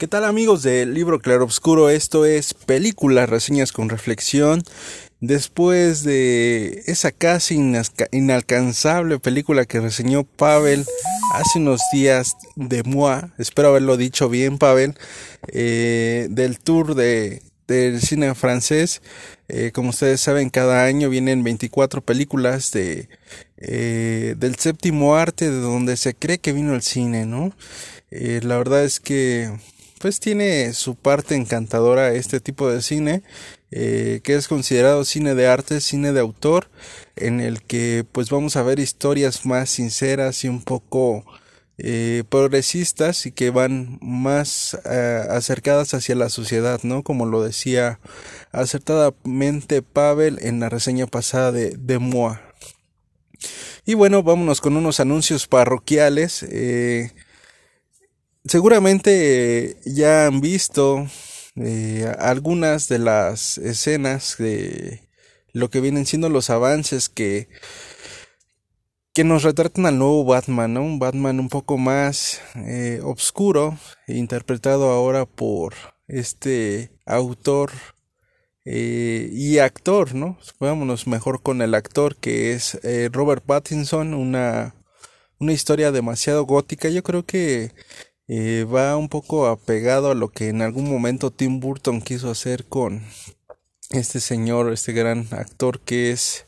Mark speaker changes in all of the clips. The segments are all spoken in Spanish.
Speaker 1: ¿Qué tal amigos del libro Claroscuro? Esto es Películas, reseñas con reflexión. Después de esa casi inalcanzable película que reseñó Pavel hace unos días de Moi, espero haberlo dicho bien Pavel, del tour del cine francés. Como ustedes saben, cada año vienen 24 películas del séptimo arte, de donde se cree que vino el cine, ¿no? La verdad es que pues tiene su parte encantadora este tipo de cine, que es considerado cine de arte, cine de autor, en el que pues vamos a ver historias más sinceras y un poco progresistas y que van más acercadas hacia la sociedad, ¿no? Como lo decía acertadamente Pavel en la reseña pasada de Moi. Y bueno, vámonos con unos anuncios parroquiales. Seguramente ya han visto algunas de las escenas de lo que vienen siendo los avances que nos retratan al nuevo Batman, ¿no? Un Batman un poco más oscuro, interpretado ahora por este autor y actor, ¿no? Vámonos mejor con el actor que es Robert Pattinson, una historia demasiado gótica. Yo creo que va un poco apegado a lo que en algún momento Tim Burton quiso hacer con este señor, este gran actor que es...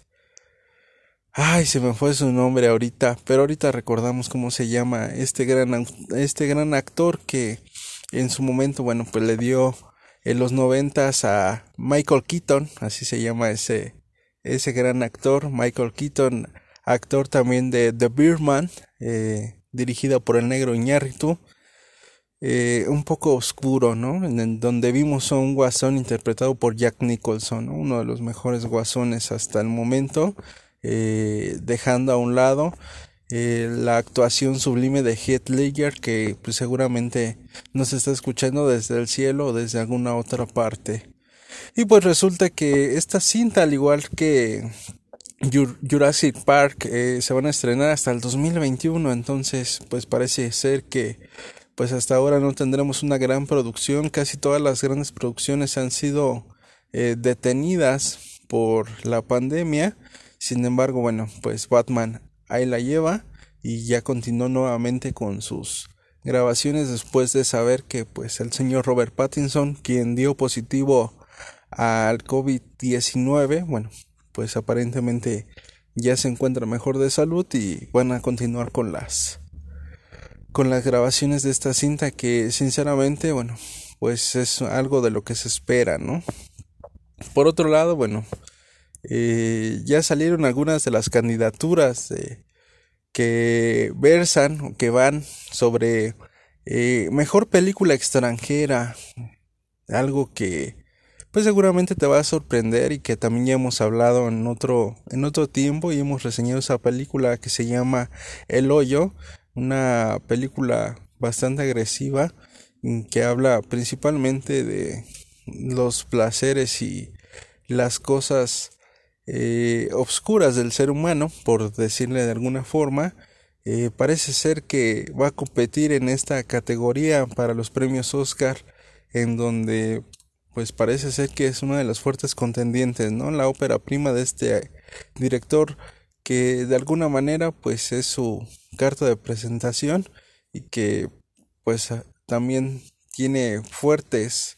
Speaker 1: Ay, se me fue su nombre ahorita, pero ahorita recordamos cómo se llama este gran actor que en su momento, bueno, pues le dio en los noventas a Michael Keaton, así se llama ese gran actor, Michael Keaton, actor también de The Birdman, dirigida por el negro Iñárritu. Un poco oscuro, ¿no? Donde vimos a un guasón interpretado por Jack Nicholson, ¿no? Uno de los mejores guasones hasta el momento, dejando a un lado la actuación sublime de Heath Ledger, que pues, seguramente nos está escuchando desde el cielo o desde alguna otra parte. Y pues resulta que esta cinta, al igual que Jurassic Park, se van a estrenar hasta el 2021, entonces pues parece ser que pues hasta ahora no tendremos una gran producción. Casi todas las grandes producciones han sido detenidas por la pandemia. Sin embargo, bueno, pues Batman ahí la lleva y ya continuó nuevamente con sus grabaciones después de saber que pues el señor Robert Pattinson, quien dio positivo al COVID-19, bueno, pues aparentemente ya se encuentra mejor de salud y van a continuar con las grabaciones de esta cinta, que sinceramente, bueno, pues es algo de lo que se espera, ¿no? Por otro lado, bueno, ya salieron algunas de las candidaturas que versan o que van sobre mejor película extranjera, algo que pues seguramente te va a sorprender y que también ya hemos hablado en otro tiempo y hemos reseñado esa película que se llama El Hoyo, una película bastante agresiva que habla principalmente de los placeres y las cosas obscuras del ser humano, por decirle de alguna forma. Parece ser que va a competir en esta categoría para los premios Oscar, en donde pues parece ser que es una de las fuertes contendientes, ¿no? La ópera prima de este director, que de alguna manera pues es su carta de presentación y que pues también tiene fuertes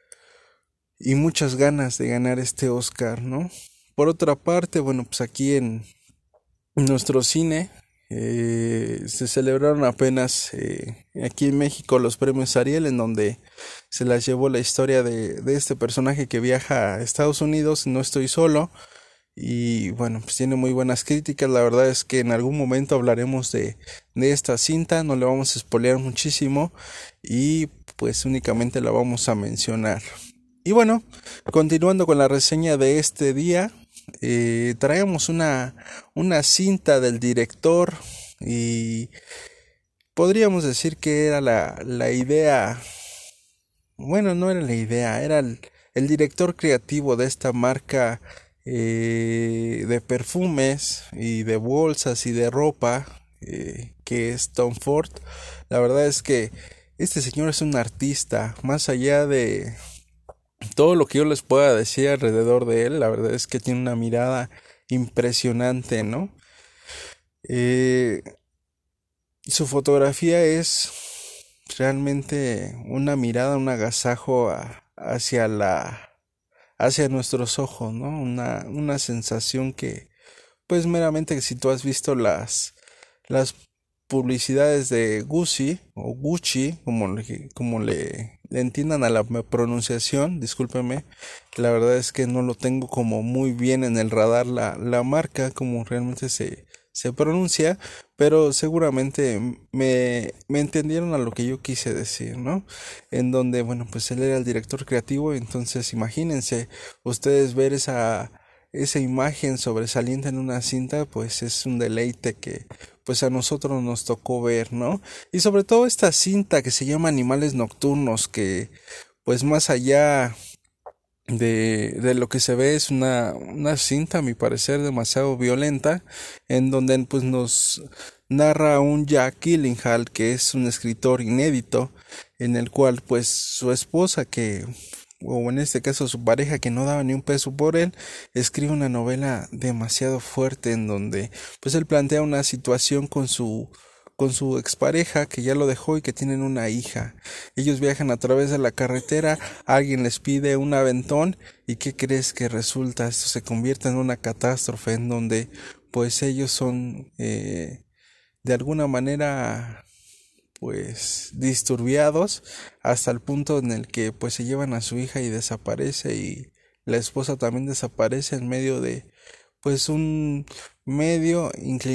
Speaker 1: y muchas ganas de ganar este Oscar, ¿no? Por otra parte, bueno, pues aquí en nuestro cine se celebraron apenas aquí en México los premios Ariel, en donde se las llevó la historia de este personaje que viaja a Estados Unidos, No estoy solo, y bueno, pues tiene muy buenas críticas. La verdad es que en algún momento hablaremos de esta cinta, no le vamos a spoilear muchísimo y pues únicamente la vamos a mencionar. Y bueno, continuando con la reseña de este día, traemos una cinta del director y podríamos decir que era la idea, bueno, no era la idea, era el director creativo de esta marca de perfumes y de bolsas y de ropa, que es Tom Ford. La verdad es que este señor es un artista, más allá de todo lo que yo les pueda decir alrededor de él, la verdad es que tiene una mirada impresionante, ¿no? Eh, Su fotografía es realmente una mirada, un agasajo hacia nuestros ojos, ¿no? Una sensación que, pues meramente si tú has visto las publicidades de Gucci o Gucci, como le entiendan a la pronunciación, discúlpeme, la verdad es que no lo tengo como muy bien en el radar la marca, como realmente se pronuncia, pero seguramente me entendieron a lo que yo quise decir, ¿no? En donde, bueno, pues él era el director creativo, entonces imagínense ustedes ver esa imagen sobresaliente en una cinta, pues es un deleite que pues a nosotros nos tocó ver, ¿no? Y sobre todo esta cinta que se llama Animales Nocturnos, que pues más allá de lo que se ve es una cinta, a mi parecer, demasiado violenta, en donde pues nos narra un Jack Gyllenhaal, que es un escritor inédito, en el cual pues su esposa o en este caso su pareja que no daba ni un peso por él, escribe una novela demasiado fuerte en donde pues él plantea una situación con su expareja que ya lo dejó y que tienen una hija. Ellos viajan a través de la carretera, alguien les pide un aventón y ¿qué crees que resulta? Esto se convierte en una catástrofe en donde pues ellos son de alguna manera pues disturbiados hasta el punto en el que pues se llevan a su hija y desaparece y la esposa también desaparece en medio de pues un medio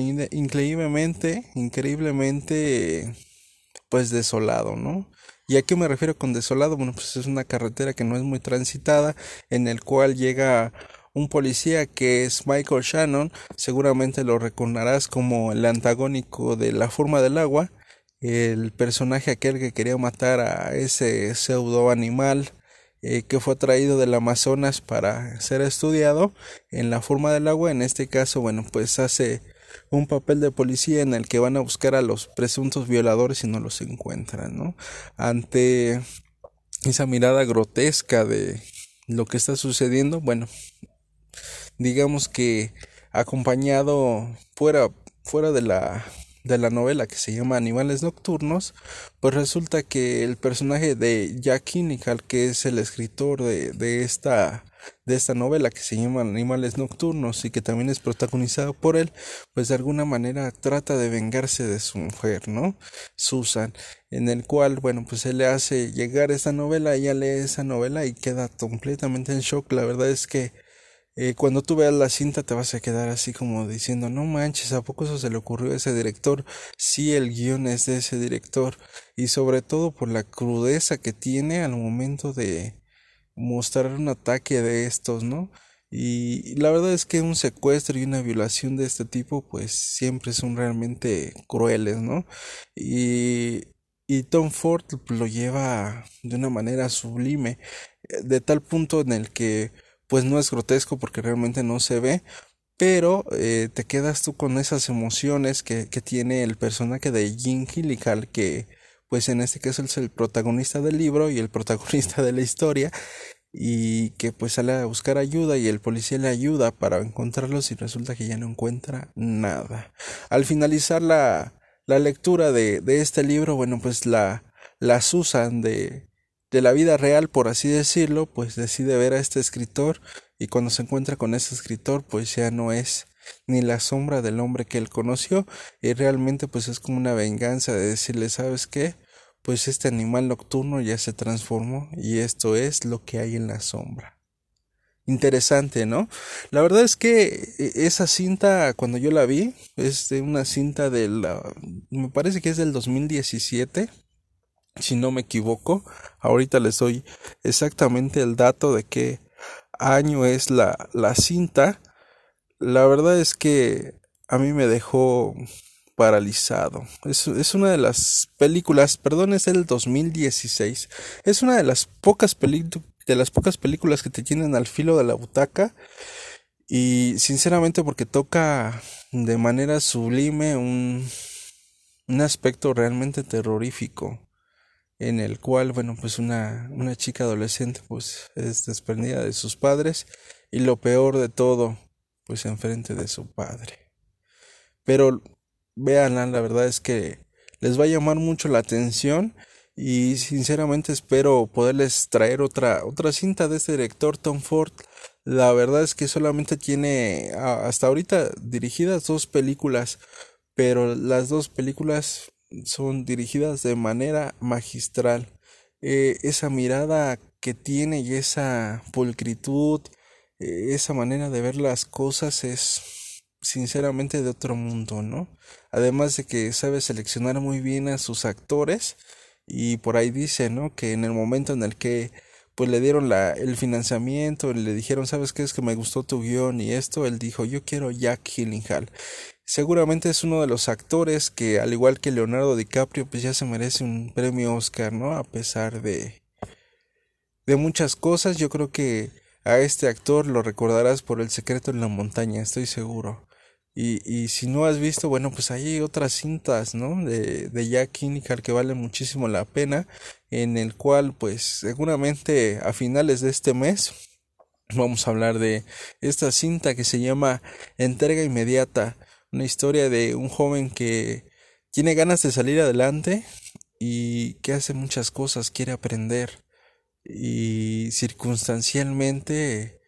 Speaker 1: increíblemente pues desolado, ¿no? ¿Y a qué me refiero con desolado? Bueno, pues es una carretera que no es muy transitada, en el cual llega un policía que es Michael Shannon, seguramente lo recordarás como el antagónico de La forma del agua, el personaje aquel que quería matar a ese pseudo animal que fue traído del Amazonas para ser estudiado en La forma del agua. En este caso, bueno, pues hace un papel de policía en el que van a buscar a los presuntos violadores y no los encuentran, ¿no? Ante esa mirada grotesca de lo que está sucediendo, bueno, digamos que acompañado fuera de la novela que se llama Animales Nocturnos, pues resulta que el personaje de Jack Gyllenhaal, que es el escritor de esta novela que se llama Animales Nocturnos y que también es protagonizada por él, pues de alguna manera trata de vengarse de su mujer, ¿no? Susan, en el cual, bueno, pues él le hace llegar esta novela, ella lee esa novela y queda completamente en shock. La verdad es que cuando tú veas la cinta te vas a quedar así como diciendo, no manches, ¿a poco eso se le ocurrió a ese director? Sí, el guión es de ese director y sobre todo por la crudeza que tiene al momento de mostrar un ataque de estos, ¿no? Y la verdad es que un secuestro y una violación de este tipo pues siempre son realmente crueles, ¿no? Y, y Tom Ford lo lleva de una manera sublime, de tal punto en el que pues no es grotesco porque realmente no se ve, pero te quedas tú con esas emociones que tiene el personaje de Jim Gyllenhaal, que pues en este caso es el protagonista del libro y el protagonista de la historia, y que pues sale a buscar ayuda y el policía le ayuda para encontrarlos y resulta que ya no encuentra nada. Al finalizar la lectura de este libro, bueno, pues la Susan de la vida real, por así decirlo, pues decide ver a este escritor y cuando se encuentra con ese escritor, pues ya no es ni la sombra del hombre que él conoció y realmente pues es como una venganza de decirle, ¿sabes qué? Pues este animal nocturno ya se transformó y esto es lo que hay en la sombra. Interesante, ¿no? La verdad es que esa cinta, cuando yo la vi, es de una cinta me parece que es del 2017, si no me equivoco. Ahorita les doy exactamente el dato de qué año es la cinta. La verdad es que a mí me dejó paralizado. Es una de las películas, perdón, es del 2016. Es una de las de las pocas películas que te tienen al filo de la butaca y sinceramente porque toca de manera sublime un aspecto realmente terrorífico en el cual, bueno, pues una chica adolescente pues es desprendida de sus padres y lo peor de todo, pues enfrente de su padre. Pero véanla, la verdad es que les va a llamar mucho la atención y sinceramente espero poderles traer otra cinta de este director Tom Ford. La verdad es que solamente tiene hasta ahorita dirigidas dos películas, pero las dos películas son dirigidas de manera magistral. Esa mirada que tiene y esa pulcritud, esa manera de ver las cosas es sinceramente de otro mundo, ¿no? Además de que sabe seleccionar muy bien a sus actores y por ahí dice, ¿no? Que en el momento en el que pues le dieron el financiamiento, le dijeron, ¿sabes qué? Es que me gustó tu guión y esto, él dijo, yo quiero Jack Gyllenhaal. Seguramente es uno de los actores que, al igual que Leonardo DiCaprio, pues ya se merece un premio Oscar, ¿no? A pesar de muchas cosas, yo creo que a este actor lo recordarás por El secreto en la montaña, estoy seguro. Y si no has visto, bueno, pues hay otras cintas, ¿no? De Jack Gyllenhaal que vale muchísimo la pena, en el cual, pues, seguramente a finales de este mes vamos a hablar de esta cinta que se llama Entrega Inmediata, una historia de un joven que tiene ganas de salir adelante y que hace muchas cosas, quiere aprender y circunstancialmente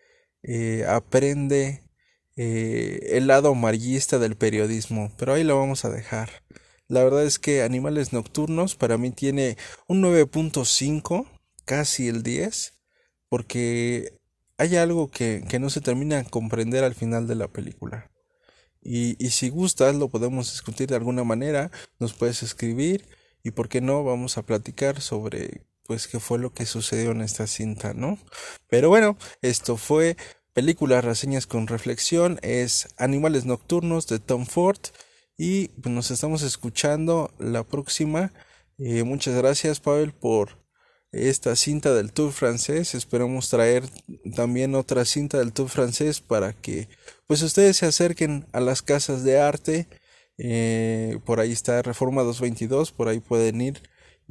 Speaker 1: aprende el lado amarillista del periodismo, pero ahí lo vamos a dejar. La verdad es que Animales Nocturnos para mí tiene un 9.5, casi el 10, porque hay algo que no se termina de comprender al final de la película. Y si gustas, lo podemos discutir de alguna manera, nos puedes escribir y por qué no, vamos a platicar sobre pues qué fue lo que sucedió en esta cinta, ¿no? Pero bueno, esto fue Películas, Reseñas con Reflexión, es Animales Nocturnos de Tom Ford y pues, nos estamos escuchando la próxima. Muchas gracias, Pavel, por esta cinta del Tour francés. Esperamos traer también otra cinta del Tour francés para que pues ustedes se acerquen a las casas de arte. Por ahí está Reforma 222, por ahí pueden ir.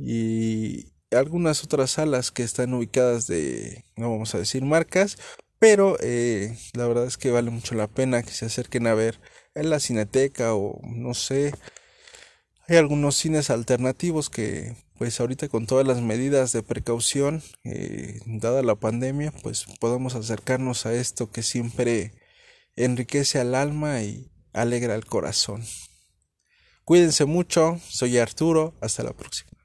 Speaker 1: Y algunas otras salas que están ubicadas no vamos a decir marcas, pero la verdad es que vale mucho la pena que se acerquen a ver en la Cineteca o no sé, hay algunos cines alternativos que, pues ahorita con todas las medidas de precaución, dada la pandemia, pues podamos acercarnos a esto que siempre enriquece al alma y alegra el corazón. Cuídense mucho, soy Arturo, hasta la próxima.